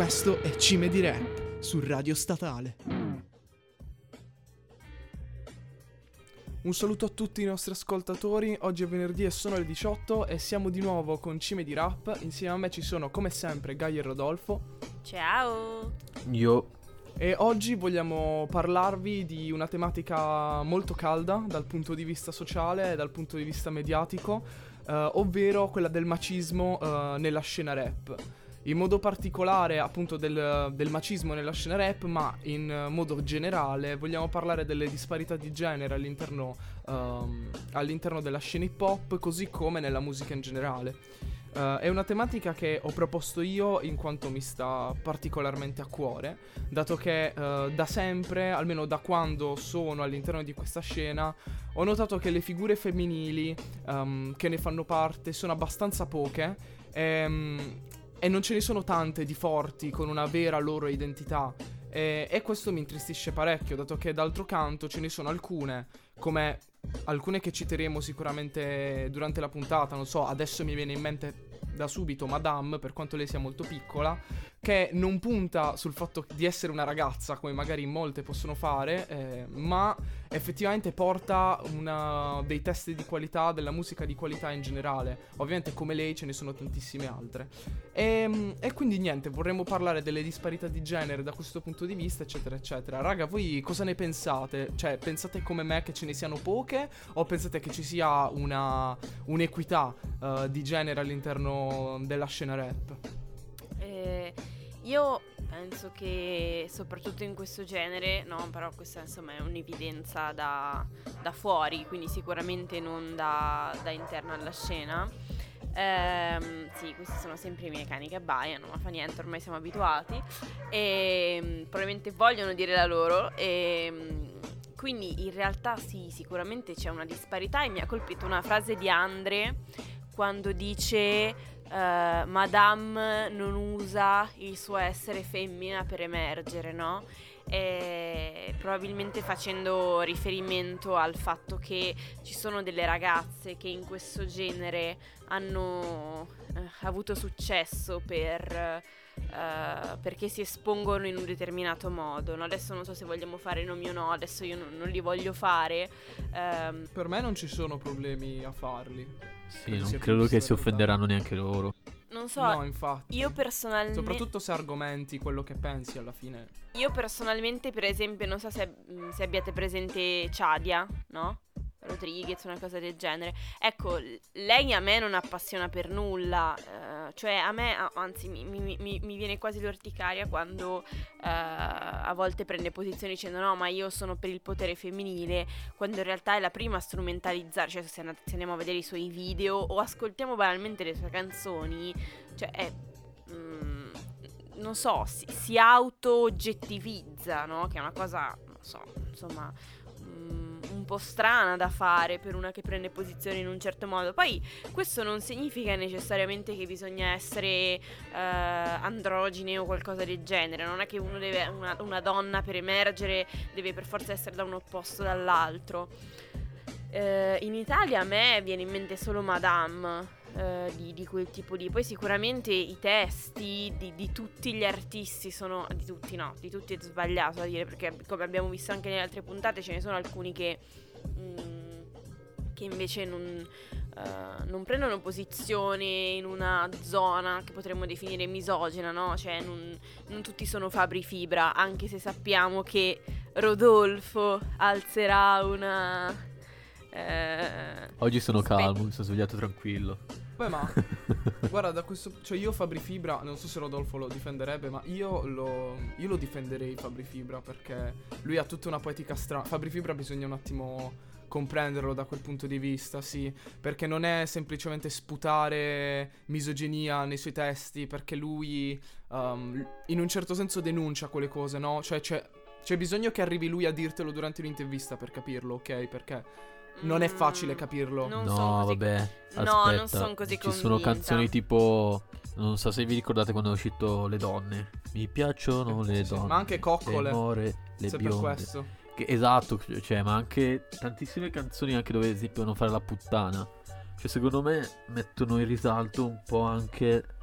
Questo è Cime di Rap su Radio Statale. Un saluto a tutti i nostri ascoltatori, oggi è venerdì e sono le 18 e siamo di nuovo con Cime di Rap. Insieme a me ci sono come sempre Gaia e Rodolfo. Ciao! Io. E oggi vogliamo parlarvi di una tematica molto calda dal punto di vista sociale e dal punto di vista mediatico, ovvero quella del macismo nella scena rap. In modo particolare appunto del macismo nella scena rap, ma in modo generale vogliamo parlare delle disparità di genere all'interno della scena hip hop, così come nella musica in generale. È una tematica che ho proposto io in quanto mi sta particolarmente a cuore, dato che da sempre, almeno da quando sono all'interno di questa scena, ho notato che le figure femminili che ne fanno parte sono abbastanza poche e non ce ne sono tante di forti con una vera loro identità. E questo mi intristisce parecchio, dato che d'altro canto ce ne sono alcune, come alcune che citeremo sicuramente durante la puntata. Non so, adesso mi viene in mente da subito Madame, per quanto lei sia molto piccola, che non punta sul fatto di essere una ragazza, come magari molte possono fare, ma effettivamente porta dei test di qualità, della musica di qualità in generale. Ovviamente come lei ce ne sono tantissime altre. E quindi niente, vorremmo parlare delle disparità di genere da questo punto di vista, eccetera, eccetera. Raga, voi cosa ne pensate? Cioè, pensate come me che ce ne siano poche? O pensate che ci sia un'equità di genere all'interno della scena rap? Io penso che soprattutto in questo genere, no, però questa insomma è un'evidenza da fuori, quindi sicuramente non da interno alla scena. Sì, queste sono sempre i miei cani che abbaiano, ma fa niente, ormai siamo abituati e probabilmente vogliono dire la loro quindi in realtà sì, sicuramente c'è una disparità e mi ha colpito una frase di Andre quando dice Madame non usa il suo essere femmina per emergere, no? Probabilmente facendo riferimento al fatto che ci sono delle ragazze che in questo genere hanno avuto successo perché si espongono in un determinato modo, no? Adesso non so se vogliamo fare nomi o no, adesso io non li voglio fare. Per me non ci sono problemi a farli. Sì, non credo che si offenderanno neanche loro. Non so, no, infatti. Io personalmente, soprattutto se argomenti quello che pensi alla fine. Io personalmente, per esempio, non so se abbiate presente Chadia, no? Rodriguez, una cosa del genere. Ecco, lei a me non appassiona per nulla, cioè a me, anzi mi viene quasi l'orticaria quando a volte prende posizione dicendo no, ma io sono per il potere femminile, quando in realtà è la prima a strumentalizzare. Cioè se andiamo a vedere i suoi video o ascoltiamo banalmente le sue canzoni, cioè è non so, si auto-oggettivizza, no? Che è una cosa, non so, insomma, un po' strana da fare per una che prende posizione in un certo modo. Poi questo non significa necessariamente che bisogna essere androgine o qualcosa del genere. Non è che uno deve, una donna per emergere deve per forza essere da un opposto dall'altro. In Italia a me viene in mente solo Madame, di quel tipo di. Poi sicuramente i testi di tutti gli artisti sono. Di tutti è sbagliato a dire, perché come abbiamo visto anche nelle altre puntate ce ne sono alcuni che invece non prendono posizione in una zona che potremmo definire misogina, no? Cioè non tutti sono Fabri Fibra, anche se sappiamo che Rodolfo alzerà una oggi sono calmo, mi sono svegliato tranquillo. Beh, ma guarda, da questo, cioè io Fabri Fibra, non so se Rodolfo lo difenderebbe, ma io lo difenderei Fabri Fibra, perché lui ha tutta una poetica strana. Fabri Fibra bisogna un attimo comprenderlo da quel punto di vista, sì, perché non è semplicemente sputare misoginia nei suoi testi, perché lui in un certo senso denuncia quelle cose, no? Cioè c'è bisogno che arrivi lui a dirtelo durante un'intervista per capirlo, ok? Perché non è facile capirlo. No, vabbè, aspetta, no, non sono così ci convinta. sono canzoni tipo, non so se vi ricordate quando è uscito Le donne. Mi piacciono le donne. Ma anche Coccole, le more, le se bionde. per questo. Esatto, cioè, ma anche tantissime canzoni anche dove si devono fare la puttana. Cioè, secondo me mettono in risalto un po' anche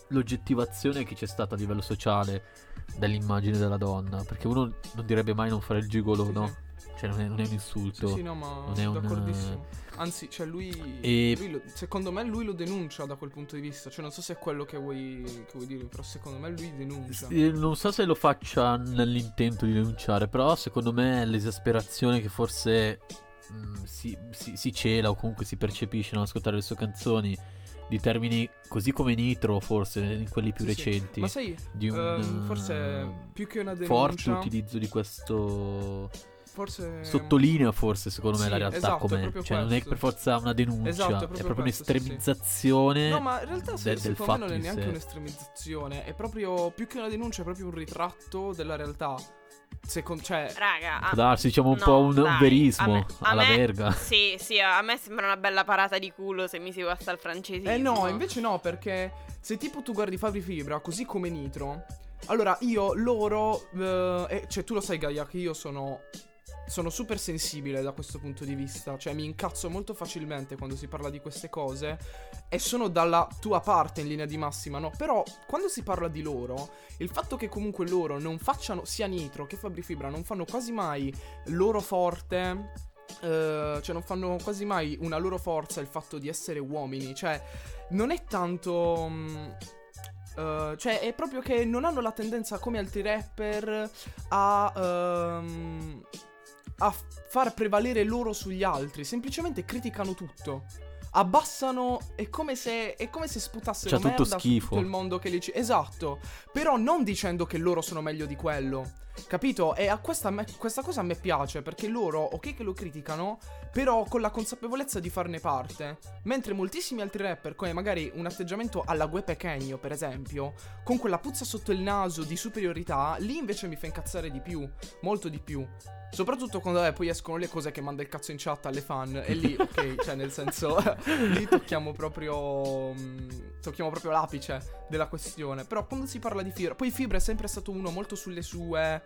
l'oggettivazione che c'è stata a livello sociale dell'immagine della donna, perché uno non direbbe mai non fare il gigolo, Sì, no? sì. Cioè non è un insulto. Sì, no, ma non è un d'accordissimo. Anzi, cioè lui, secondo me lui lo denuncia da quel punto di vista. Cioè non so se è quello che vuoi dire, però secondo me lui denuncia. Non so se lo faccia nell'intento di denunciare, però secondo me è l'esasperazione che forse si cela o comunque si percepisce nell'ascoltare le sue canzoni, di termini così come Nitro, forse in quelli più Sì, sì. recenti. Ma sai, di un forse più che una forte denuncia, utilizzo di questo, forse sottolinea forse secondo me sì, la realtà esatto, è com'è. proprio Cioè non è questo. per forza una denuncia, Esatto, è è proprio proprio questo, sì, sì. un'estremizzazione No, ma in realtà del secondo me fatto non è in neanche sé. un'estremizzazione, è proprio più che una denuncia, è proprio un ritratto della realtà. Cioè, Raga, Può darsi, diciamo un no, po' un dai, verismo a alla me- verga. Sì, a me sembra una bella parata di culo se mi si passa il francesismo. no, invece no, perché se tipo tu guardi Fabri Fibra, così come Nitro, allora cioè tu lo sai Gaia che io sono super sensibile da questo punto di vista. Cioè mi incazzo molto facilmente quando si parla di queste cose e sono dalla tua parte in linea di massima, no? Però quando si parla di loro, il fatto che comunque loro non facciano, sia Nitro che Fabri Fibra, non fanno quasi mai loro forte, cioè non fanno quasi mai una loro forza il fatto di essere uomini. Cioè non è tanto cioè è proprio che non hanno la tendenza come altri rapper a far prevalere loro sugli altri. Semplicemente criticano tutto, abbassano, è come se sputassero C'ha tutto merda schifo. su tutto il mondo che li esatto, però non dicendo che loro sono meglio di quello, capito? E questa cosa a me piace, perché loro, ok che lo criticano, però con la consapevolezza di farne parte. Mentre moltissimi altri rapper, come magari un atteggiamento alla Gue Pequeno, per esempio, con quella puzza sotto il naso di superiorità, lì invece mi fa incazzare di più, molto di più. Soprattutto quando poi escono le cose che manda il cazzo in chat alle fan. E lì, ok, cioè nel senso lì tocchiamo proprio l'apice della questione. Però quando si parla di Fibra, poi Fibra è sempre stato uno molto sulle sue,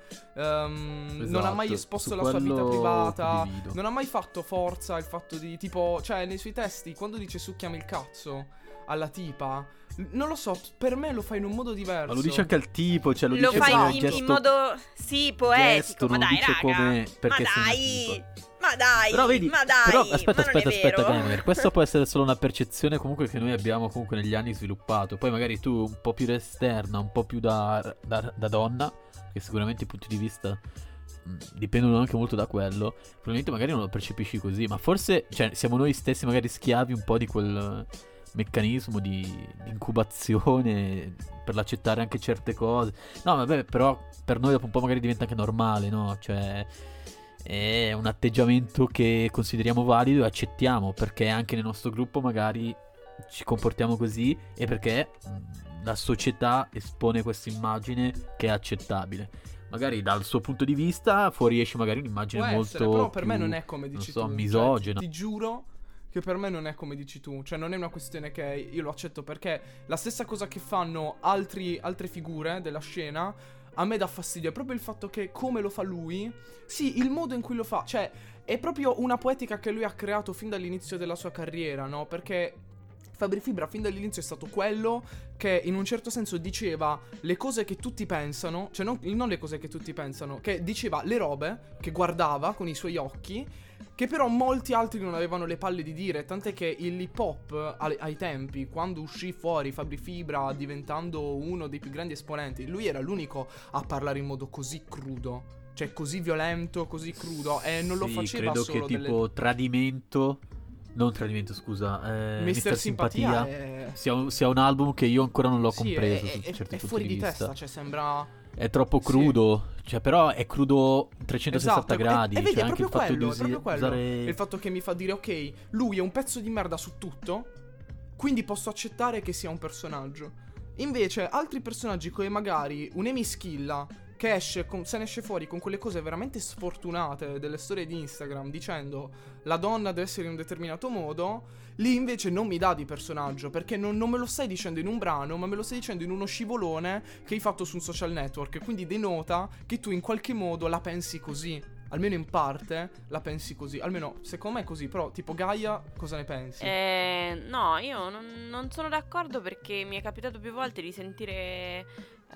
non ha mai esposto su la sua vita quello privata, condivido. non ha mai fatto forza il fatto di tipo, cioè nei suoi testi quando dice succhiami il cazzo alla tipa, non lo so, per me lo fa in un modo diverso. Ma lo dice anche al tipo, cioè lo Lo dice fai come in, gesto, in modo sì, poetico, gesto, ma non lo dai, dice raga. come perché ma sei una dai, tipa. ma dai, Però vedi, ma dai, però aspetta, ma non è vero. Gamer, questa può essere solo una percezione comunque che noi abbiamo comunque negli anni sviluppato. Poi magari tu un po' più esterna, un po' più da donna, che sicuramente i punti di vista dipendono anche molto da quello. Probabilmente magari non lo percepisci così, ma forse, cioè, siamo noi stessi magari schiavi un po' di quel meccanismo di incubazione per l'accettare anche certe cose. No, vabbè, però per noi dopo un po' magari diventa anche normale, no? Cioè è un atteggiamento che consideriamo valido e accettiamo, perché anche nel nostro gruppo magari ci comportiamo così e perché la società espone questa immagine che è accettabile. Magari dal suo punto di vista fuoriesce magari un'immagine Può molto essere, però per più, me non è come dici non so, tu. misogena. Cioè, ti giuro che per me non è come dici tu. Cioè non è una questione che io lo accetto, perché la stessa cosa che fanno altre figure della scena a me dà fastidio. È proprio il fatto che come lo fa lui, sì, il modo in cui lo fa, cioè è proprio una poetica che lui ha creato fin dall'inizio della sua carriera, no? Perché Fabri Fibra fin dall'inizio è stato quello che in un certo senso diceva le cose che tutti pensano, cioè non le cose che tutti pensano, che diceva le robe che guardava con i suoi occhi, che però molti altri non avevano le palle di dire. Tant'è che l'hip hop ai tempi, quando uscì fuori Fabri Fibra diventando uno dei più grandi esponenti, lui era l'unico a parlare in modo così crudo, cioè così violento, così crudo, e non lo faceva credo solo che tipo tradimento, non tradimento, scusa, Mister Simpatia sia un album che io ancora non l'ho sì, compreso su è certi punti fuori di vista. testa, cioè sembra È troppo crudo, cioè però è crudo 360 esatto, gradi, e vedi, cioè è anche proprio il fatto quello, di è proprio quello. usare Il fatto che mi fa dire ok, lui è un pezzo di merda su tutto, quindi posso accettare che sia un personaggio. Invece altri personaggi come magari un Emi Schilla che se ne esce fuori con quelle cose veramente sfortunate delle storie di Instagram dicendo la donna deve essere in un determinato modo, lì invece non mi dà di personaggio, perché non me lo stai dicendo in un brano, ma me lo stai dicendo in uno scivolone che hai fatto su un social network, quindi denota che tu in qualche modo la pensi così. almeno in parte la pensi così. Almeno secondo me è così. Però tipo Gaia, cosa ne pensi? No, io non sono d'accordo, perché mi è capitato più volte di sentire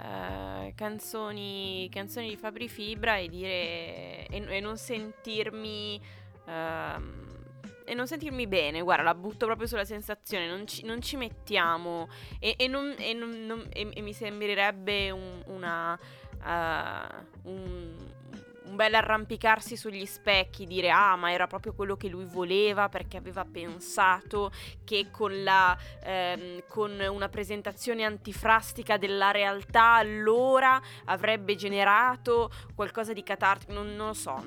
canzoni di Fabri Fibra e dire e non sentirmi e non sentirmi bene. Guarda, la butto proprio sulla sensazione. Non ci mettiamo e mi sembrerebbe un bel arrampicarsi sugli specchi, dire ma era proprio quello che lui voleva, perché aveva pensato che con una presentazione antifrastica della realtà allora avrebbe generato qualcosa di catartico. Non lo so,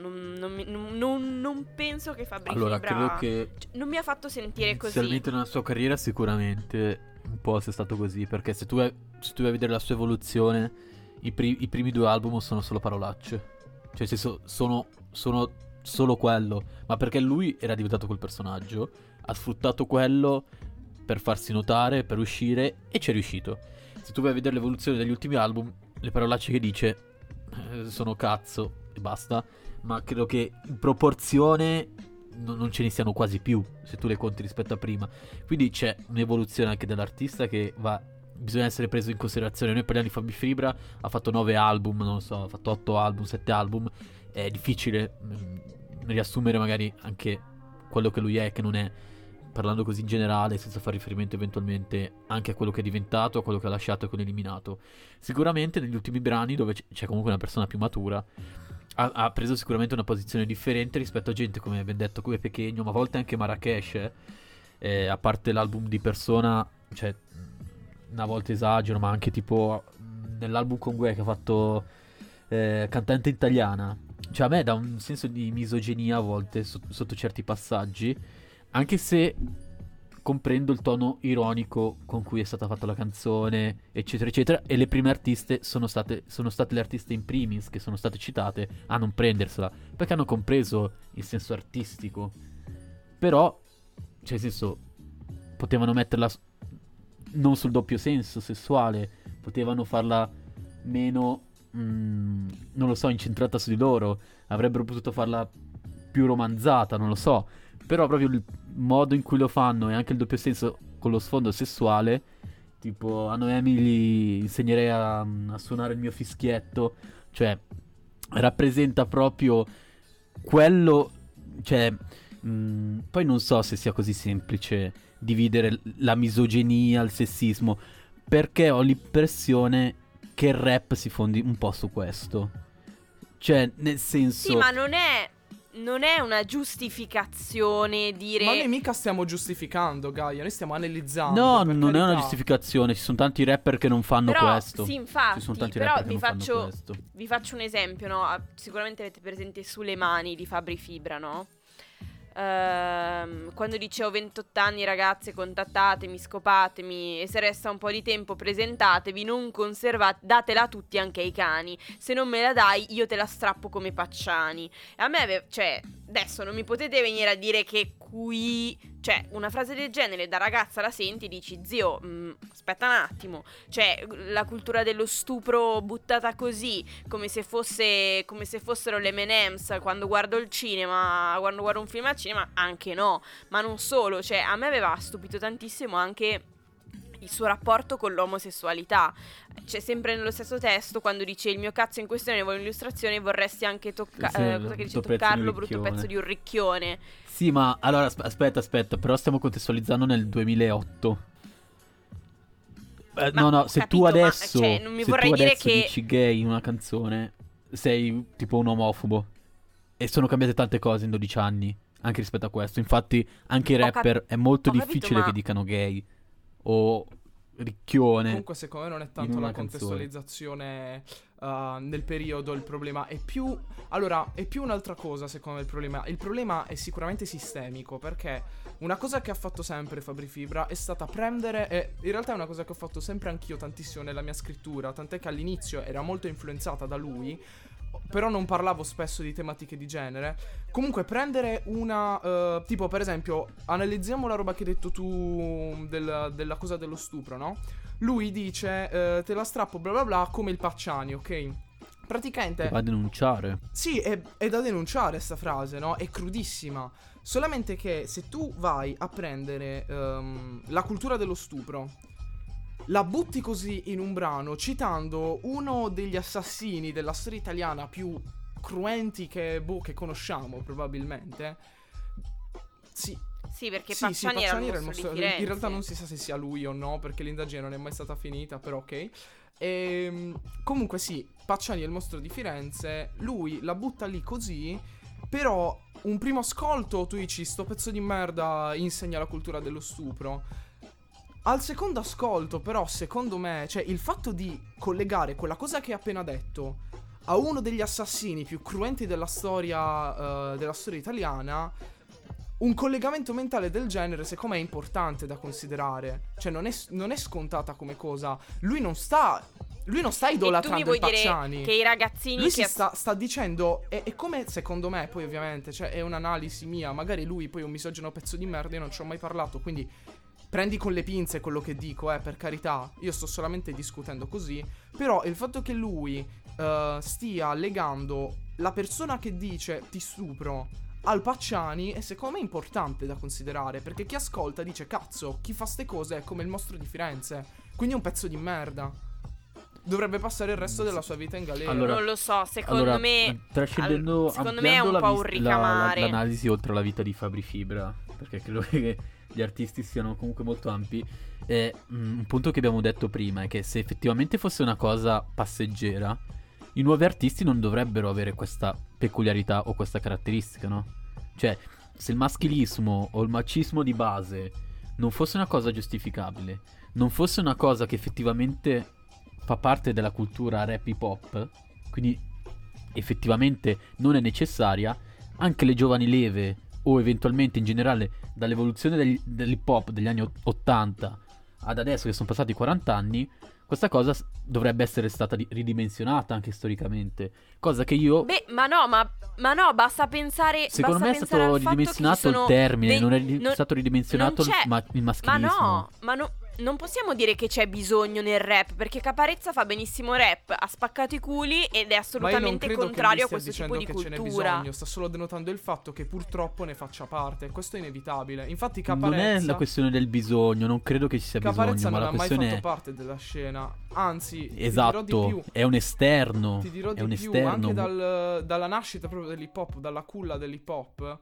non penso che Fabri Allora, Fibra credo che non mi ha fatto sentire così. inizialmente nella sua carriera sicuramente un po' sia stato così, perché se tu vai a vedere la sua evoluzione, i primi 2 album sono solo parolacce. Cioè, nel senso, sono solo quello. Ma perché lui era diventato quel personaggio, ha sfruttato quello per farsi notare, per uscire, e ci è riuscito. Se tu vai a vedere l'evoluzione degli ultimi album, le parolacce che dice sono cazzo e basta. Ma credo che in proporzione non ce ne siano quasi più, se tu le conti rispetto a prima. Quindi c'è un'evoluzione anche dell'artista che bisogna essere preso in considerazione. Noi parliamo di Fabri Fibra, ha fatto 9 album, non lo so, ha fatto 8 album, 7 album. È difficile riassumere magari anche quello che lui è e che non è, parlando così in generale, senza fare riferimento eventualmente anche a quello che è diventato, a quello che ha lasciato e quello eliminato. Sicuramente negli ultimi brani, dove c'è comunque una persona più matura, ha preso sicuramente una posizione differente rispetto a gente come ben detto, come Pechegno, ma a volte anche Marrakesh, a parte l'album di Persona, cioè una volta esagero, ma anche tipo nell'album con Gue che ha fatto Cantante Italiana, cioè a me dà un senso di misoginia a volte sotto certi passaggi, anche se comprendo il tono ironico con cui è stata fatta la canzone, eccetera eccetera, e le prime artiste sono state le artiste in primis che sono state citate a non prendersela, perché hanno compreso il senso artistico. Però, cioè nel senso, potevano metterla non sul doppio senso sessuale, potevano farla meno non lo so, incentrata su di loro, avrebbero potuto farla più romanzata, non lo so. Però proprio il modo in cui lo fanno e anche il doppio senso con lo sfondo sessuale, tipo a Noemi gli insegnerei a suonare il mio fischietto, cioè rappresenta proprio quello, cioè poi non so se sia così semplice dividere la misoginia, il sessismo, perché ho l'impressione che il rap si fondi un po' su questo. Cioè, nel senso, sì, ma non è una giustificazione dire. Ma noi mica stiamo giustificando, Gaia, noi stiamo analizzando. no, per non è una carità. giustificazione. Ci sono tanti rapper che non fanno Però, questo. sì, infatti, Ci sono tanti però rapper che non fanno questo. vi faccio un esempio, no? Sicuramente avete presente Sulle mani di Fabri Fibra, no? Quando dice ho 28 anni ragazze, contattatemi, scopatemi, e se resta un po' di tempo presentatevi, non conservate, datela a tutti, anche ai cani, se non me la dai io te la strappo come Pacciani. A me cioè adesso non mi potete venire a dire che qui, cioè una frase del genere da ragazza la senti e dici zio, aspetta un attimo, cioè la cultura dello stupro buttata così come se fossero le M&M's quando guardo il cinema, quando guardo un film al cinema, anche no. Ma non solo, cioè a me aveva stupito tantissimo anche il suo rapporto con l'omosessualità. C'è sempre nello stesso testo quando dice il mio cazzo in questione vuole un'illustrazione, vorresti anche cosa che dice, toccarlo, brutto pezzo di un ricchione. Sì, ma allora aspetta, però stiamo contestualizzando nel 2008. No, se capito, tu adesso, cioè, non mi se vorrei tu dire adesso che dici gay in una canzone, sei tipo un omofobo. E sono cambiate tante cose in 12 anni, anche rispetto a questo. Infatti anche i rapper è molto difficile ma che dicano gay o ricchione. Comunque secondo me non è tanto la contestualizzazione nel periodo il problema, è più un'altra cosa secondo me il problema è sicuramente sistemico, perché una cosa che ha fatto sempre Fabri Fibra è stata prendere, e in realtà è una cosa che ho fatto sempre anch'io tantissimo nella mia scrittura, tant'è che all'inizio era molto influenzata da lui, però non parlavo spesso di tematiche di genere. Comunque prendere una tipo per esempio analizziamo la roba che hai detto tu della cosa dello stupro, no? Lui dice te la strappo bla bla bla come il Pacciani, ok? praticamente Va a denunciare. sì, è da denunciare sta frase, no? È crudissima. Solamente che se tu vai a prendere la cultura dello stupro, la butti così in un brano, citando uno degli assassini della storia italiana più cruenti che conosciamo, probabilmente. Sì. Sì, perché Sì, Pacciani era il il mostro mostro. di Firenze. In realtà non si sa se sia lui o no, perché l'indagine non è mai stata finita, però ok. Comunque sì, Pacciani è il mostro di Firenze, lui la butta lì così, però un primo ascolto tu dici sto pezzo di merda insegna la cultura dello stupro. Al secondo ascolto però secondo me, cioè il fatto di collegare quella cosa che hai appena detto a uno degli assassini più cruenti della storia italiana, un collegamento mentale del genere secondo me è importante da considerare. Cioè non è scontata come cosa. Lui non sta idolatrando i i Pacciani. che i ragazzini Lui che sta dicendo, è come secondo me, poi ovviamente, cioè è un'analisi mia, magari lui poi è un misogino pezzo di merda, io non ci ho mai parlato, quindi prendi con le pinze quello che dico, per carità, io sto solamente discutendo così, però il fatto che lui stia legando la persona che dice ti stupro al Pacciani è secondo me importante da considerare, perché chi ascolta dice cazzo, chi fa ste cose è come il mostro di Firenze, quindi è un pezzo di merda. Dovrebbe passare il resto della sua vita in galera. Allora, non lo so, secondo me secondo me è un po' un ricamare. L'analisi oltre alla vita di Fabri Fibra, perché credo che gli artisti siano comunque molto ampi. E un punto che abbiamo detto prima è che se effettivamente fosse una cosa passeggera, i nuovi artisti non dovrebbero avere questa peculiarità o questa caratteristica, no? Cioè, se il maschilismo o il macismo di base non fosse una cosa giustificabile, non fosse una cosa che effettivamente fa parte della cultura rap hip hop, quindi effettivamente non è necessaria, anche le giovani leve o eventualmente in generale dall'evoluzione dell'hip hop degli anni 80 ad adesso che sono passati 40 anni, questa cosa dovrebbe essere stata ridimensionata anche storicamente, cosa che io... Ma no, basta pensare. Secondo me è stato ridimensionato il termine, non è stato ridimensionato il maschilismo. Ma no, non possiamo dire che c'è bisogno nel rap, perché Caparezza fa benissimo rap, ha spaccato i culi ed è assolutamente contrario a questo tipo di cultura. Ce n'è bisogno, sta solo denotando il fatto che purtroppo ne faccia parte, questo è inevitabile. Infatti Caparezza non è la questione del bisogno, non credo che ci sia Caparezza bisogno, ma la questione non ha mai fatto parte della scena, anzi, esatto, ti dirò di più. È un esterno. Ti dirò di più, esterno. anche dalla nascita proprio dell'hip hop, dalla culla dell'hip hop,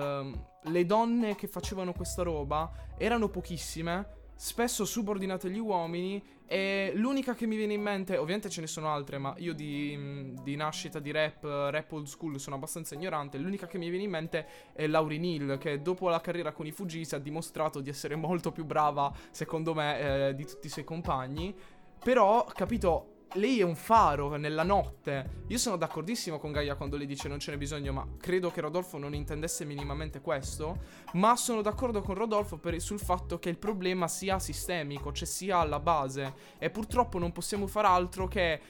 le donne che facevano questa roba erano pochissime, spesso subordinate agli uomini, e l'unica che mi viene in mente, ovviamente ce ne sono altre, ma io di nascita di rap old school sono abbastanza ignorante, l'unica che mi viene in mente è Lauryn Hill, che dopo la carriera con i Fugees ha dimostrato di essere molto più brava, secondo me, di tutti i suoi compagni. Però, capito, lei è un faro nella notte. Io sono d'accordissimo con Gaia quando lei dice non ce n'è bisogno, ma credo che Rodolfo non intendesse minimamente questo. Ma sono d'accordo con Rodolfo sul fatto che il problema sia sistemico, cioè sia alla base. E purtroppo non possiamo far altro che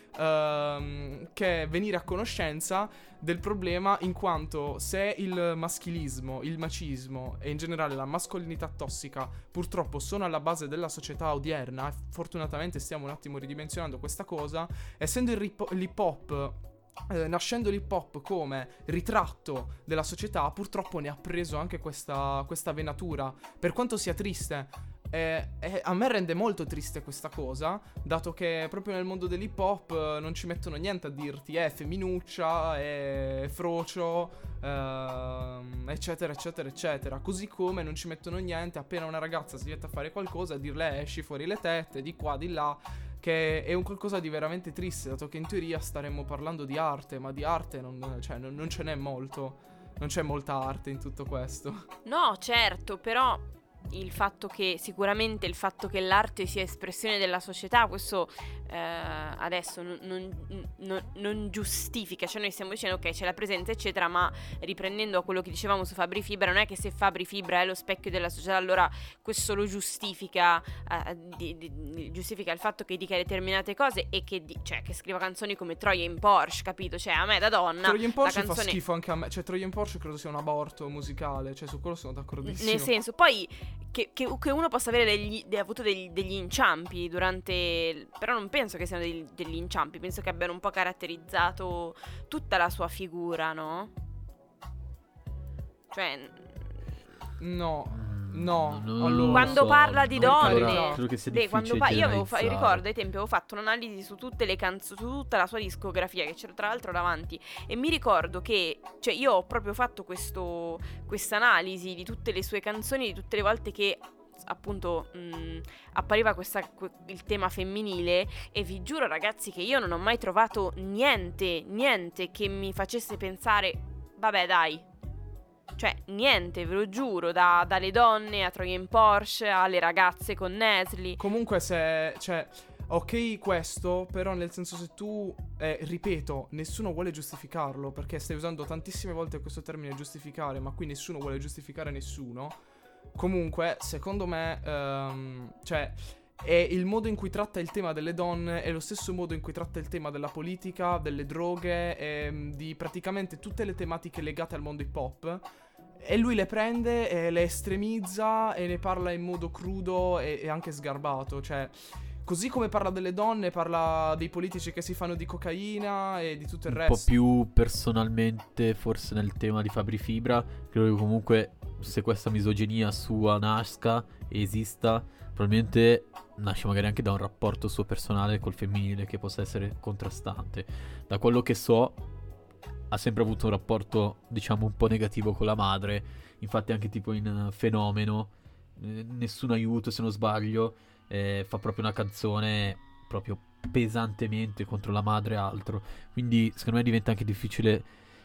venire a conoscenza del problema, in quanto se il maschilismo, il macismo e in generale la mascolinità tossica purtroppo sono alla base della società odierna, e fortunatamente stiamo un attimo ridimensionando questa cosa, essendo l'hip hop, nascendo l'hip hop come ritratto della società, purtroppo ne ha preso anche questa venatura, per quanto sia triste. A me rende molto triste questa cosa, dato che proprio nel mondo dell'hip hop non ci mettono niente a dirti femminuccia, è frocio, eccetera eccetera eccetera. Così come non ci mettono niente appena una ragazza si mette a fare qualcosa a dirle esci fuori le tette, di qua di là, che è un qualcosa di veramente triste, dato che in teoria staremmo parlando di arte, ma di arte non ce n'è molto, non c'è molta arte in tutto questo. No, certo, però sicuramente il fatto che l'arte sia espressione della società, questo adesso non giustifica, cioè noi stiamo dicendo ok c'è la presenza eccetera, ma riprendendo a quello che dicevamo su Fabri Fibra, non è che se Fabri Fibra è lo specchio della società allora questo lo giustifica giustifica il fatto che dica determinate cose e che scriva canzoni come Troia in Porsche, capito? Cioè a me da donna Troia in Porsche la canzone fa schifo anche a me, cioè Troia in Porsche credo sia un aborto musicale, cioè su quello sono d'accordissimo. Nel senso, poi che uno possa avere avuto degli inciampi durante. Però non penso che siano degli inciampi, penso che abbiano un po' caratterizzato tutta la sua figura, no? Cioè, no. Non quando so, parla di non donne, credo- credo che sia difficile io generalizzare. ricordo ai tempi avevo fatto un'analisi su tutte le canzoni, su tutta la sua discografia, che c'era tra l'altro davanti, e mi ricordo che, cioè, io ho proprio fatto questa analisi di tutte le sue canzoni, di tutte le volte che appunto appariva il tema femminile, e vi giuro, ragazzi, che io non ho mai trovato niente che mi facesse pensare vabbè, dai. Cioè, niente, ve lo giuro, dalle donne a Trojan Porsche alle ragazze con Nesli. Comunque cioè, ok questo, però nel senso, se tu, ripeto, nessuno vuole giustificarlo, perché stai usando tantissime volte questo termine giustificare, ma qui nessuno vuole giustificare nessuno. Comunque, secondo me, cioè, è il modo in cui tratta il tema delle donne, è lo stesso modo in cui tratta il tema della politica, delle droghe, e di praticamente tutte le tematiche legate al mondo hip hop. E lui le prende e le estremizza e ne parla in modo crudo e anche sgarbato. Cioè, così come parla delle donne, parla dei politici che si fanno di cocaina e di tutto il resto. Un po' più personalmente, forse nel tema di Fabri Fibra, credo che comunque, se questa misoginia sua nasca e esista, probabilmente nasce magari anche da un rapporto suo personale col femminile che possa essere contrastante. Da quello che so, ha sempre avuto un rapporto, diciamo, un po' negativo con la madre. Infatti anche tipo in Fenomeno, Nessun aiuto se non sbaglio, fa proprio una canzone proprio pesantemente contro la madre e altro. Quindi secondo me diventa anche difficile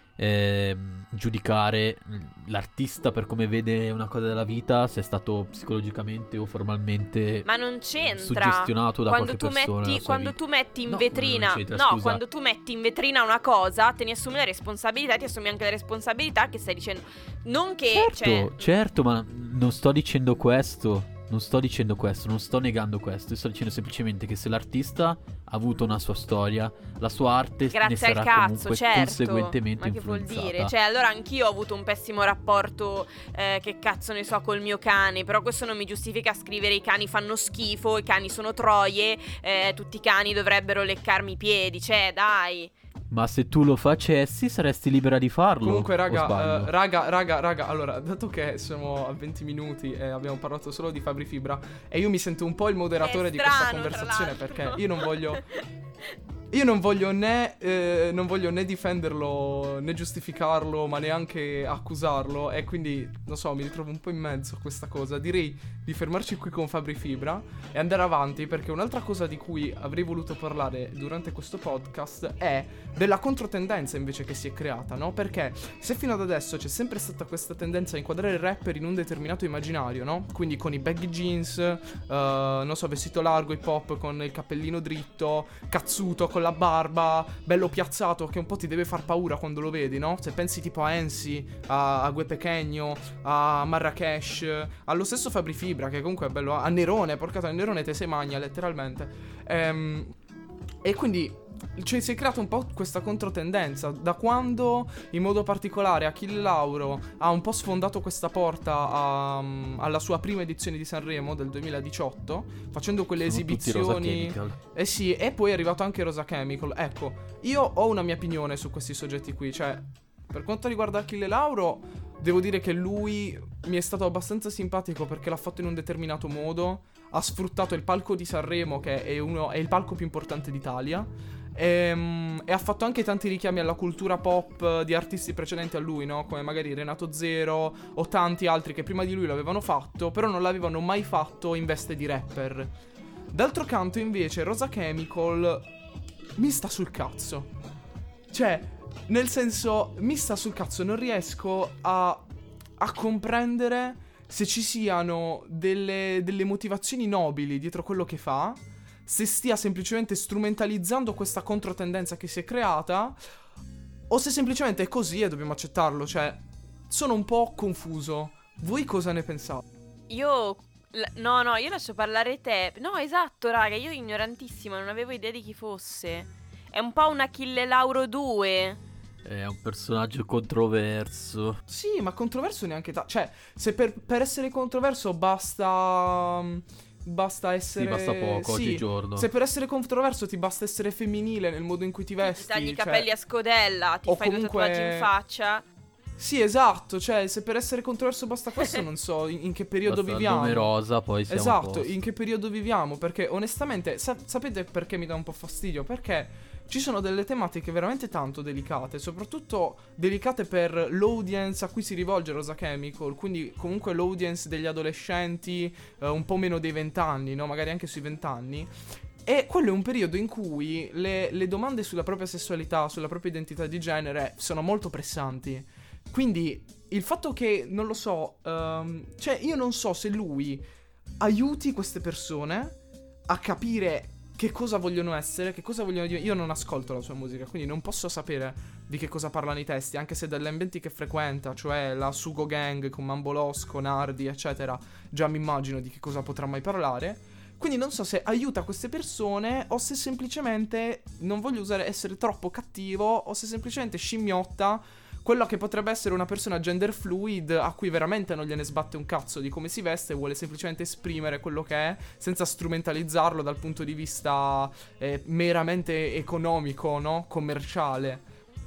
giudicare l'artista per come vede una cosa della vita, se è stato psicologicamente o formalmente Ma non c'entra suggestionato da qualche persona. Quando tu metti in No, vetrina non c'entra, scusa. quando tu metti in vetrina una cosa, te ne assumi la responsabilità, ti assumi anche la responsabilità che stai dicendo. Non che Certo, ma non sto dicendo questo. Non sto negando questo. Io sto dicendo semplicemente che se l'artista ha avuto una sua storia, la sua arte ne grazie sarà al cazzo, comunque certo. conseguentemente Ma che vuol influenzata. dire? Cioè, allora anch'io ho avuto un pessimo rapporto, che cazzo ne so, col mio cane. Però questo non mi giustifica scrivere i cani fanno schifo, i cani sono troie, tutti i cani dovrebbero leccarmi i piedi. Cioè, dai. Ma se tu lo facessi saresti libera di farlo. Comunque, o sbaglio? raga, allora, dato che siamo a 20 minuti e abbiamo parlato solo di Fabri Fibra, e io mi sento un po' il moderatore di questa conversazione, perché io non voglio né difenderlo né giustificarlo, ma neanche accusarlo, e quindi, non so, mi ritrovo un po' in mezzo a questa cosa. Direi di fermarci qui con Fabri Fibra e andare avanti, perché un'altra cosa di cui avrei voluto parlare durante questo podcast è della controtendenza invece che si è creata, no? Perché se fino ad adesso c'è sempre stata questa tendenza a inquadrare il rapper in un determinato immaginario, no? Quindi con i baggy jeans, non so, vestito largo, hip hop con il cappellino dritto, cazzuto, con la barba, bello piazzato, che un po' ti deve far paura quando lo vedi, no? Se pensi tipo a Ensi, a Gue Pequeno, a Marrakesh, allo stesso Fabri Fibra, che comunque è bello, a Nerone, porcato a Nerone te se magna, letteralmente. E quindi cioè, si è creata un po' questa controtendenza da quando, in modo particolare, Achille Lauro ha un po' sfondato questa porta alla sua prima edizione di Sanremo del 2018, facendo quelle Sono tutti Rosa esibizioni. Chemical. Sì, e poi è arrivato anche Rosa Chemical. Ecco, io ho una mia opinione su questi soggetti qui. Cioè, per quanto riguarda Achille Lauro, devo dire che lui mi è stato abbastanza simpatico perché l'ha fatto in un determinato modo. Ha sfruttato il palco di Sanremo, che è il palco più importante d'Italia. E ha fatto anche tanti richiami alla cultura pop di artisti precedenti a lui, no? Come magari Renato Zero o tanti altri che prima di lui l'avevano fatto, però non l'avevano mai fatto in veste di rapper. D'altro canto, invece, Rosa Chemical mi sta sul cazzo. Cioè, nel senso, mi sta sul cazzo. Non riesco a comprendere se ci siano delle motivazioni nobili dietro quello che fa, se stia semplicemente strumentalizzando questa controtendenza che si è creata, o se semplicemente è così e dobbiamo accettarlo. Cioè, sono un po' confuso. Voi cosa ne pensate? Io lascio parlare te. No, esatto, raga, io ignorantissima, non avevo idea di chi fosse. È un po' un Achille Lauro 2. È un personaggio controverso. Sì, ma controverso neanche cioè, se per essere controverso basta essere... Sì, basta poco oggigiorno. Se per essere controverso ti basta essere femminile nel modo in cui ti vesti. Ti tagli i cioè... capelli a scodella, ti fai comunque... 2 tatuaggi in faccia. Sì, esatto, cioè se per essere controverso basta questo, non so in che periodo Basta viviamo. il nome rosa, poi siamo a Esatto, posto. in che periodo viviamo, perché onestamente sapete perché mi dà un po' fastidio? Perché ci sono delle tematiche veramente tanto delicate, soprattutto delicate per l'audience a cui si rivolge Rosa Chemical, quindi comunque l'audience degli adolescenti, un po' meno dei 20 anni, no? Magari anche sui 20 anni. E quello è un periodo in cui le domande sulla propria sessualità, sulla propria identità di genere sono molto pressanti. Quindi il fatto che, non lo so, cioè io non so se lui aiuti queste persone a capire che cosa vogliono essere, che cosa vogliono dire. Io non ascolto la sua musica, quindi non posso sapere di che cosa parlano i testi, anche se dagli ambienti che frequenta, cioè la Sugo Gang con Mambolosco, Nardi, eccetera, già mi immagino di che cosa potrà mai parlare. Quindi non so se aiuta queste persone o se semplicemente, non voglio essere troppo cattivo, o se semplicemente scimmiotta quello che potrebbe essere una persona gender fluid a cui veramente non gliene sbatte un cazzo di come si veste e vuole semplicemente esprimere quello che è senza strumentalizzarlo dal punto di vista meramente economico, no? Commerciale.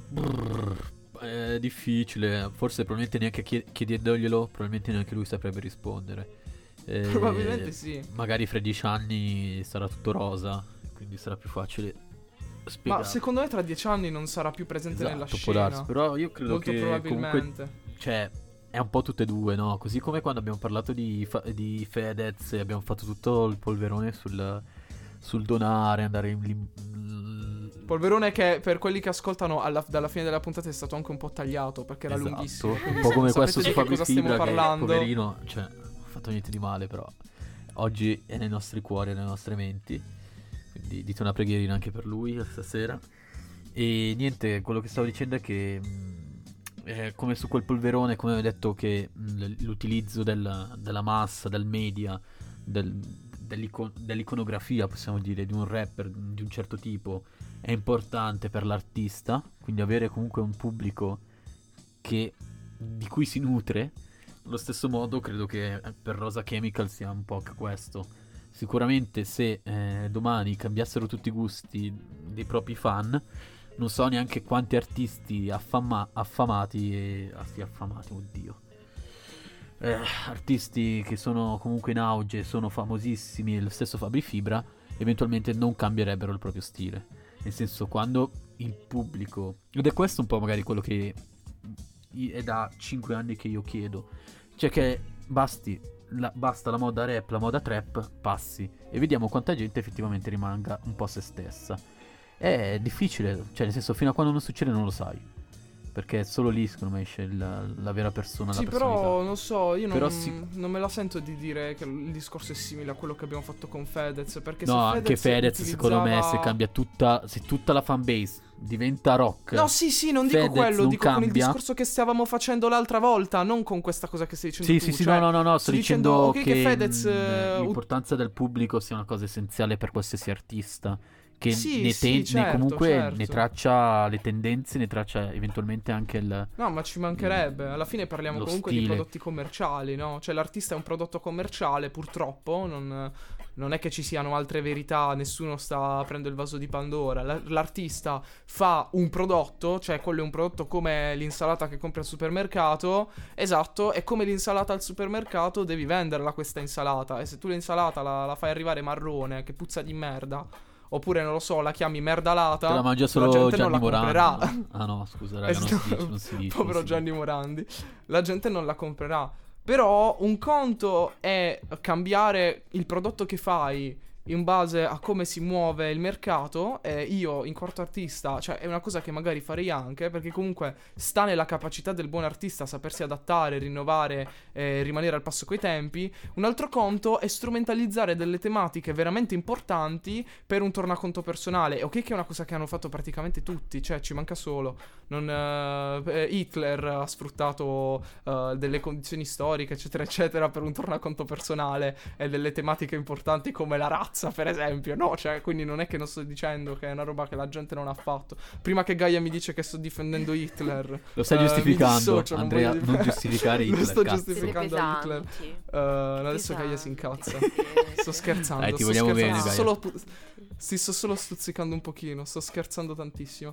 È difficile, forse probabilmente neanche chiedendoglielo, probabilmente neanche lui saprebbe rispondere. Probabilmente sì. Magari fra 10 anni sarà tutto rosa, quindi sarà più facile spiegare. Ma secondo me tra 10 anni non sarà più presente nella Può scena. darsi, però io credo molto che probabilmente. comunque, cioè, è un po' tutte e due, no? Così come quando abbiamo parlato di Fedez e abbiamo fatto tutto il polverone sul donare, andare Polverone che per quelli che ascoltano dalla fine della puntata è stato anche un po' tagliato perché era Esatto. lunghissimo. Un po' come questo su Fabri Fibra, che parlando. poverino, cioè, non ha fatto niente di male, però oggi è nei nostri cuori e nelle nostre menti. Quindi dite una preghierina anche per lui stasera. E niente, quello che stavo dicendo è che come su quel polverone, come ho detto, che l'utilizzo della massa, del media, dell'iconografia, possiamo dire, di un rapper di un certo tipo è importante per l'artista, quindi avere comunque un pubblico di cui si nutre. Allo stesso modo credo che per Rosa Chemical sia un po' anche questo. Sicuramente se domani cambiassero tutti i gusti dei propri fan, non so neanche quanti artisti affamati, oddio, artisti che sono comunque in auge, sono famosissimi, e lo stesso Fabri Fibra, eventualmente non cambierebbero il proprio stile. Nel senso, quando il pubblico, ed è questo un po' magari quello che è da 5 anni che io chiedo, cioè che basta la moda rap, la moda trap passi e vediamo quanta gente effettivamente rimanga un po' se stessa. È difficile, cioè nel senso, fino a quando non succede non lo sai, perché solo lì secondo me esce la vera persona, sì, la personalità. però non so, io Però non me la sento di dire che il discorso è simile a quello che abbiamo fatto con Fedez, perché no, se anche Fedez secondo me se cambia se tutta la fanbase diventa rock. No, sì, non dico Fedez quello, non dico cambia. con il discorso che stavamo facendo l'altra volta, non con questa cosa che stai dicendo tu. Sì, cioè, no, sto dicendo ok, che Fedez l'importanza del pubblico sia una cosa essenziale per qualsiasi artista, che sì, comunque certo. ne traccia le tendenze, ne traccia eventualmente anche il... No, ma ci mancherebbe. Alla fine parliamo lo comunque stile. di prodotti commerciali, no? Cioè l'artista è un prodotto commerciale, purtroppo. Non è che ci siano altre verità, nessuno sta aprendo il vaso di Pandora. L'artista fa un prodotto, cioè quello è un prodotto come l'insalata che compri al supermercato. Esatto, e come l'insalata al supermercato devi venderla questa insalata. E se tu l'insalata la fai arrivare marrone, che puzza di merda, oppure non lo so, la chiami merdalata, Te la mangia solo la gente Gianni non la Morandi. comprerà. Ah no, scusa raga, non si dice. Povero Gianni Morandi. La gente non la comprerà. Però un conto è cambiare il prodotto che fai in base a come si muove il mercato. E io in quanto artista, cioè è una cosa che magari farei anche, perché comunque sta nella capacità del buon artista sapersi adattare, rinnovare, rimanere al passo coi tempi. Un altro conto è strumentalizzare delle tematiche veramente importanti per un tornaconto personale. Ok, che è una cosa che hanno fatto praticamente tutti, cioè ci manca solo. Hitler ha sfruttato delle condizioni storiche eccetera eccetera per un tornaconto personale, e delle tematiche importanti come la razza incazza, per esempio, no? Cioè, quindi non è che non sto dicendo che è una roba che la gente non ha fatto. Prima che Gaia mi dice che sto difendendo Hitler, Lo stai giustificando, dissocio, Andrea, voglio non giustificare Lo Hitler, sto cazzo. giustificando Hitler. Adesso Gaia si incazza. Sto scherzando. Dai, ti sto vogliamo scherzando. bene, sto Gaia. sto solo stuzzicando un pochino. Sto scherzando tantissimo.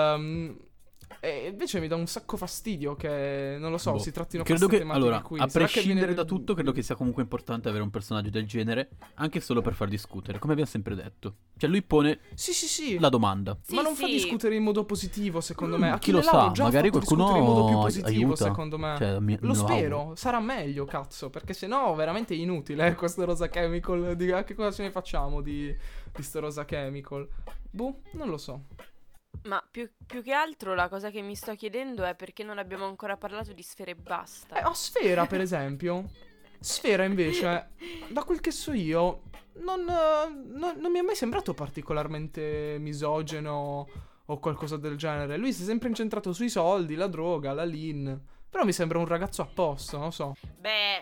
E invece mi dà un sacco fastidio che, non lo so, Boh. si trattino Credo queste che, tematiche allora, qui. a Sarà che prescindere viene- da tutto, credo che sia comunque importante avere un personaggio del genere, anche solo per far discutere, come abbiamo sempre detto. Cioè, lui pone Sì. la domanda. Sì, Ma non fa sì. discutere in modo positivo, secondo me. Chi lo Achille Lauro sa, già ha magari fatto qualcuno discutere in modo più positivo, aiuta. secondo me. Cioè, me Lo spero, auguro. sarà meglio, cazzo, perché sennò veramente è inutile questo Rosa Chemical. Che cosa ce ne facciamo di sto Rosa Chemical? Boh, non lo so. Ma più che altro la cosa che mi sto chiedendo è perché non abbiamo ancora parlato di Sfera e Basta. A Sfera, per esempio. Sfera, invece, da quel che so io, non mi è mai sembrato particolarmente misogeno o qualcosa del genere. Lui si è sempre incentrato sui soldi, la droga, la lean. Però mi sembra un ragazzo a posto, non lo so. Beh,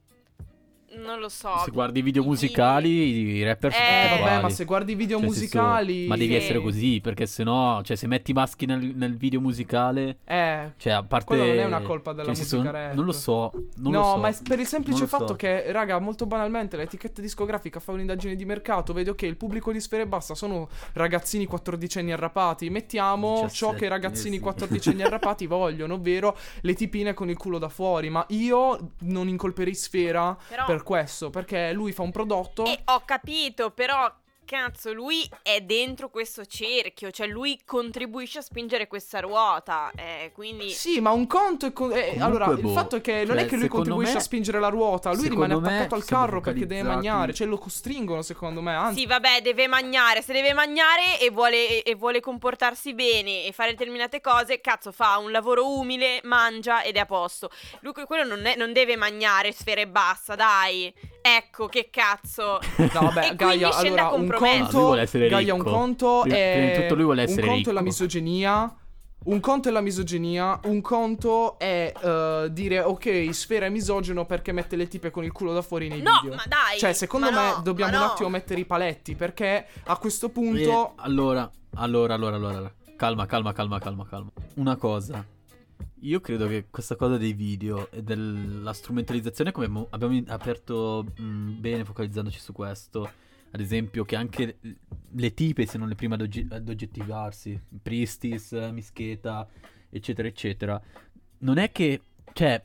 non lo so. Se guardi i video musicali, i rapper sono tutti Vabbè, uguali. ma se guardi i video Cioè, nel senso, musicali... ma devi Sì. essere così, perché sennò, cioè, se metti i maschi nel video musicale, cioè, a parte... Quella non è una colpa della cioè, nel senso, musica rap. non lo so, non no, lo so. ma è per il semplice Non lo fatto so. che, raga, molto banalmente, l'etichetta discografica fa un'indagine di mercato, vede ok, il pubblico di Sfera e Basta sono ragazzini 14enni arrapati, mettiamo ciò che i 17, ragazzini sì. 14enni arrapati vogliono, ovvero le tipine con il culo da fuori, ma io non incolperei Sfera Però- per questo, perché lui fa un prodotto... Ho capito, però cazzo, lui è dentro questo cerchio, cioè lui contribuisce a spingere questa ruota, quindi... Sì, ma un conto è... allora, il boh, fatto è che non cioè, è che lui secondo contribuisce me- a spingere la ruota, lui rimane secondo me attaccato al siamo carro perché deve focalizzati- mangiare, cioè lo costringono secondo me, anzi... Sì, vabbè, deve mangiare, se deve mangiare e vuole comportarsi bene e fare determinate cose, cazzo, fa un lavoro umile, mangia ed è a posto. Lui quello non deve mangiare, Sfera e Basta, dai. Ecco, che cazzo. No, vabbè, E Gaia, quindi scende a allora, un compromesso. Lui conto... vuole essere Gaia, un ricco. conto Prima è... di tutto lui vuole essere un conto è la ricco. misoginia... Un conto è la misoginia, un conto è dire ok, Sfera è misogeno perché mette le tipe con il culo da fuori nei No, video. ma dai, Cioè, secondo ma me no, dobbiamo ma un no. attimo mettere i paletti, perché a questo punto... Allora. Calma. Una cosa. Io credo che questa cosa dei video e della strumentalizzazione, come abbiamo aperto bene focalizzandoci su questo, ad esempio che anche le tipe siano le prime ad oggettivarsi, Pristis, Mischeta, eccetera, eccetera. Non è che, cioè,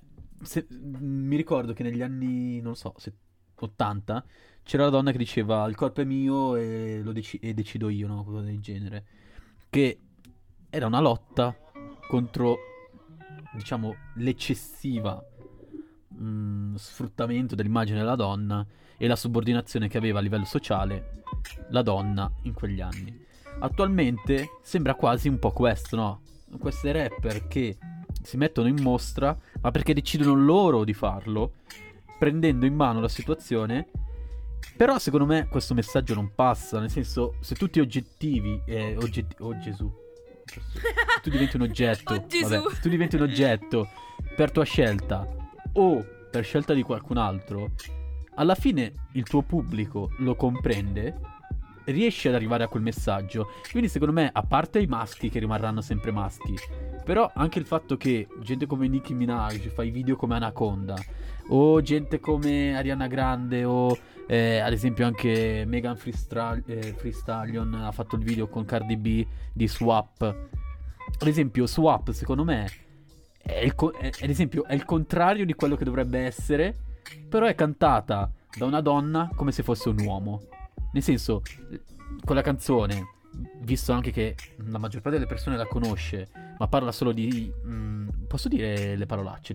mi ricordo che negli anni, non lo so, 80, c'era la donna che diceva il corpo è mio e e decido io, no? Cosa del genere. Che era una lotta contro, diciamo, l'eccessiva sfruttamento dell'immagine della donna e la subordinazione che aveva a livello sociale la donna in quegli anni. Attualmente sembra quasi un po' questo, no? Queste rapper che si mettono in mostra, ma perché decidono loro di farlo, prendendo in mano la situazione. Però secondo me questo messaggio non passa, nel senso, se tutti oggettivi oh Gesù, se tu diventi un oggetto, Oh, Gesù. se tu diventi un oggetto per tua scelta o per scelta di qualcun altro, alla fine il tuo pubblico lo comprende, riesce ad arrivare a quel messaggio. Quindi secondo me, a parte i maschi che rimarranno sempre maschi, però anche il fatto che gente come Nicki Minaj fa i video come Anaconda, o gente come Ariana Grande, o ad esempio anche Megan Thee Stallion ha fatto il video con Cardi B di Swap. Ad esempio Swap secondo me ad esempio è il contrario di quello che dovrebbe essere, però è cantata da una donna come se fosse un uomo. Nel senso, quella canzone, visto anche che la maggior parte delle persone la conosce, ma parla solo di... posso dire le parolacce,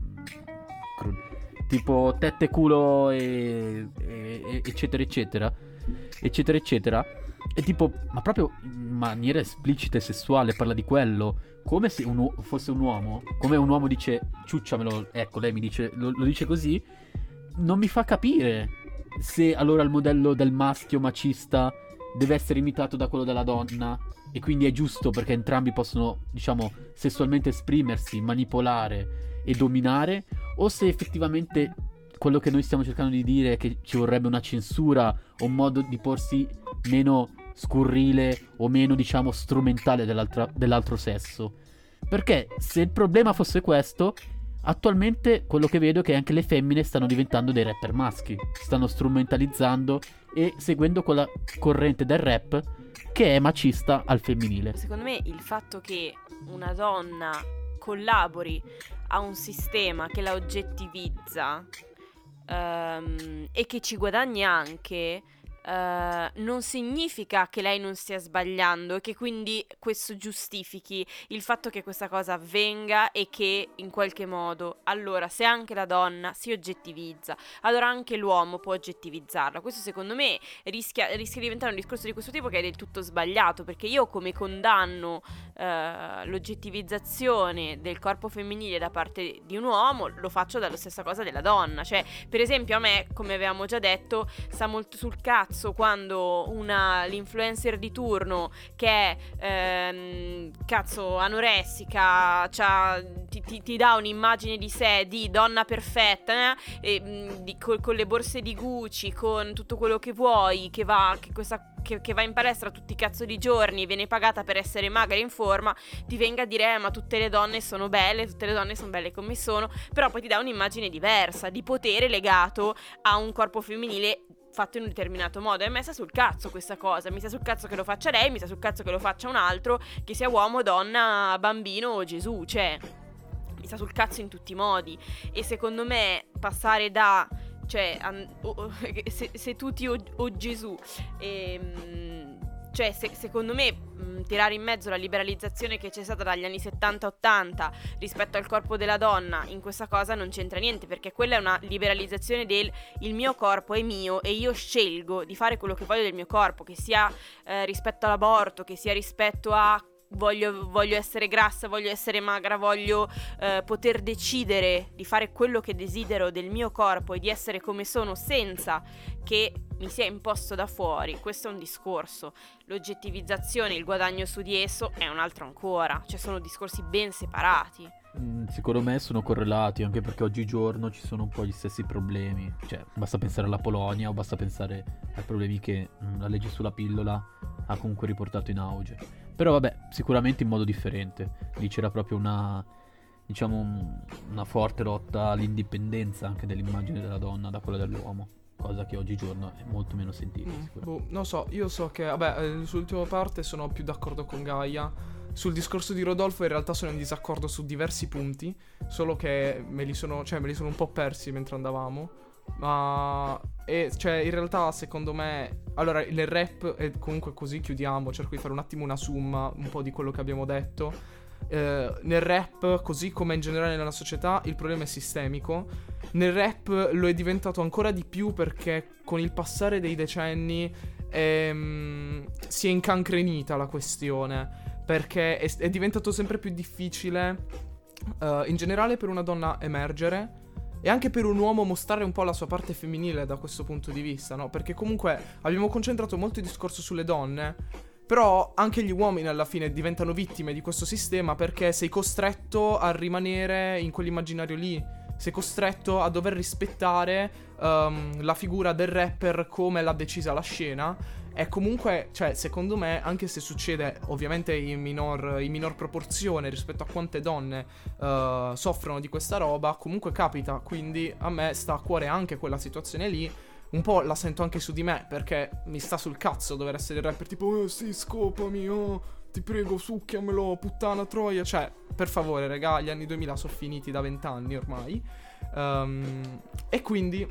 tipo tette, culo eccetera eccetera eccetera, e tipo, ma proprio in maniera esplicita e sessuale parla di quello, come se fosse un uomo, come un uomo dice ciucciamelo, ecco, lei mi dice, lo dice così. Non mi fa capire se allora il modello del maschio macista deve essere imitato da quello della donna, e quindi è giusto perché entrambi possono, diciamo, sessualmente esprimersi, manipolare e dominare, o se effettivamente quello che noi stiamo cercando di dire è che ci vorrebbe una censura o un modo di porsi meno scurrile o meno, diciamo, strumentale dell'altro sesso. Perché se il problema fosse questo, attualmente quello che vedo è che anche le femmine stanno diventando dei rapper maschi, stanno strumentalizzando e seguendo quella corrente del rap che è macista al femminile. Secondo me il fatto che una donna collabori a un sistema che la oggettivizza e che ci guadagna anche, non significa che lei non stia sbagliando e che quindi questo giustifichi il fatto che questa cosa avvenga e che in qualche modo, allora, se anche la donna si oggettivizza, allora anche l'uomo può oggettivizzarla. Questo secondo me rischia di diventare un discorso di questo tipo che è del tutto sbagliato, perché io come condanno l'oggettivizzazione del corpo femminile da parte di un uomo, lo faccio dalla stessa cosa della donna. Cioè, per esempio, a me, come avevamo già detto, sta molto sul cazzo quando l'influencer di turno che è anoressica ti dà un'immagine di sé di donna perfetta, con le borse di Gucci, con tutto quello che vuoi, che va in palestra tutti i cazzo di giorni, viene pagata per essere magra e in forma, ti venga a dire ma tutte le donne sono belle come sono, però poi ti dà un'immagine diversa di potere legato a un corpo femminile fatto in un determinato modo. E a me sta sul cazzo questa cosa, mi sta sul cazzo che lo faccia lei, mi sta sul cazzo che lo faccia un altro, che sia uomo, donna, bambino o Gesù, cioè mi sta sul cazzo in tutti i modi. E secondo me passare da, cioè se tutti o Gesù, cioè secondo me tirare in mezzo la liberalizzazione che c'è stata dagli anni 70-80 rispetto al corpo della donna in questa cosa non c'entra niente, perché quella è una liberalizzazione del il mio corpo è mio e io scelgo di fare quello che voglio del mio corpo, che sia rispetto all'aborto, che sia rispetto a voglio essere grassa, voglio essere magra, voglio poter decidere di fare quello che desidero del mio corpo e di essere come sono senza che mi sia imposto da fuori. Questo è un discorso. L'oggettivizzazione, il guadagno su di esso è un altro ancora, cioè sono discorsi ben separati. Secondo me sono correlati, anche perché oggigiorno ci sono un po' gli stessi problemi. Cioè, basta pensare alla Polonia o basta pensare ai problemi che la legge sulla pillola ha comunque riportato in auge. Però vabbè, sicuramente in modo differente. Lì c'era proprio una forte lotta all'indipendenza anche dell'immagine della donna da quella dell'uomo, cosa che oggigiorno è molto meno sentita. Non so, io so che, vabbè, sull'ultima parte sono più d'accordo con Gaia. Sul discorso di Rodolfo in realtà sono in disaccordo su diversi punti, solo che me li sono un po' persi mentre andavamo. Ma cioè in realtà secondo me, allora nel rap, e comunque così chiudiamo, cerco di fare un attimo una summa un po' di quello che abbiamo detto. Nel rap, così come in generale nella società, il problema è sistemico. Nel rap lo è diventato ancora di più perché con il passare dei decenni si è incancrenita la questione, perché è diventato sempre più difficile in generale per una donna emergere e anche per un uomo mostrare un po' la sua parte femminile da questo punto di vista, no? Perché comunque abbiamo concentrato molto il discorso sulle donne, però anche gli uomini alla fine diventano vittime di questo sistema, perché sei costretto a rimanere in quell'immaginario lì, sei costretto a dover rispettare la figura del rapper come l'ha decisa la scena. E comunque, cioè, secondo me, anche se succede ovviamente in minor proporzione rispetto a quante donne soffrono di questa roba, comunque capita. Quindi a me sta a cuore anche quella situazione lì. Un po' la sento anche su di me, perché mi sta sul cazzo dover essere il rapper tipo sì, scopami, ti prego, succhiamelo, puttana troia. Cioè, per favore, raga, gli anni 2000 sono finiti da 20 anni ormai. E quindi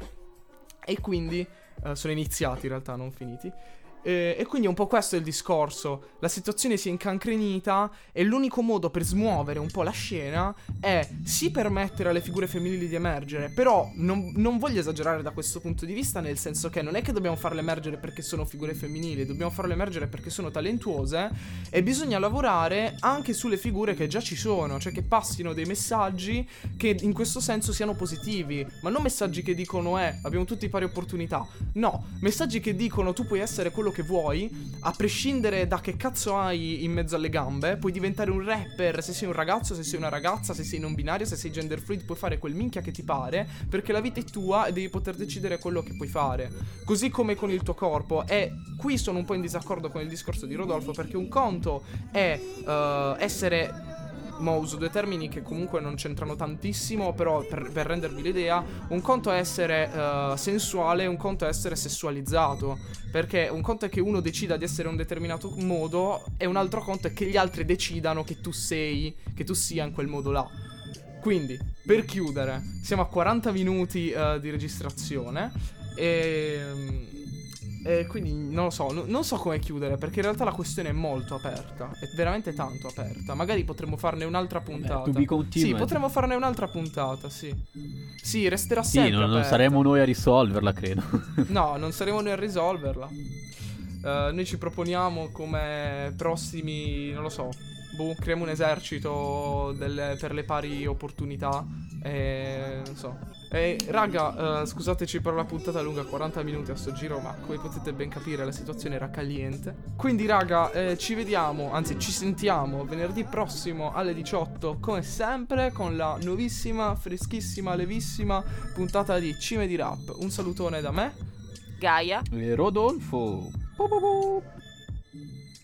sono iniziati in realtà, non finiti. E quindi un po' questo è il discorso. La situazione si è incancrenita e l'unico modo per smuovere un po' la scena è sì permettere alle figure femminili di emergere, però non voglio esagerare da questo punto di vista, nel senso che non è che dobbiamo farle emergere perché sono figure femminili, dobbiamo farle emergere perché sono talentuose, e bisogna lavorare anche sulle figure che già ci sono, cioè che passino dei messaggi che in questo senso siano positivi, ma non messaggi che dicono abbiamo tutti pari opportunità. No, messaggi che dicono tu puoi essere quello che che vuoi, a prescindere da che cazzo hai in mezzo alle gambe. Puoi diventare un rapper se sei un ragazzo, se sei una ragazza, se sei non binario, se sei gender fluid, puoi fare quel minchia che ti pare, perché la vita è tua e devi poter decidere quello che puoi fare. Così come con il tuo corpo. E qui sono un po' in disaccordo con il discorso di Rodolfo, perché un conto è essere... uso due termini che comunque non c'entrano tantissimo, però per rendervi l'idea, un conto è essere sensuale, un conto è essere sessualizzato. Perché un conto è che uno decida di essere un determinato modo, e un altro conto è che gli altri decidano che tu sia in quel modo là. Quindi, per chiudere, siamo a 40 minuti di registrazione e quindi non lo so, non so come chiudere, perché in realtà la questione è molto aperta, è veramente tanto aperta. Magari potremmo farne un'altra puntata. To be continued. Sì, potremmo farne un'altra puntata, sì. Sì, resterà Sì, sempre non aperta. saremo noi a risolverla, credo. No, non saremo noi a risolverla. Noi ci proponiamo come prossimi, non lo so, creiamo un esercito per le pari opportunità. Non so. Raga, scusateci per la puntata lunga, 40 minuti a sto giro, ma come potete ben capire la situazione era caliente. Quindi raga, ci vediamo, anzi ci sentiamo venerdì prossimo alle 18, come sempre, con la nuovissima, freschissima, levissima puntata di Cime di Rap. Un salutone da me, Gaia E Rodolfo.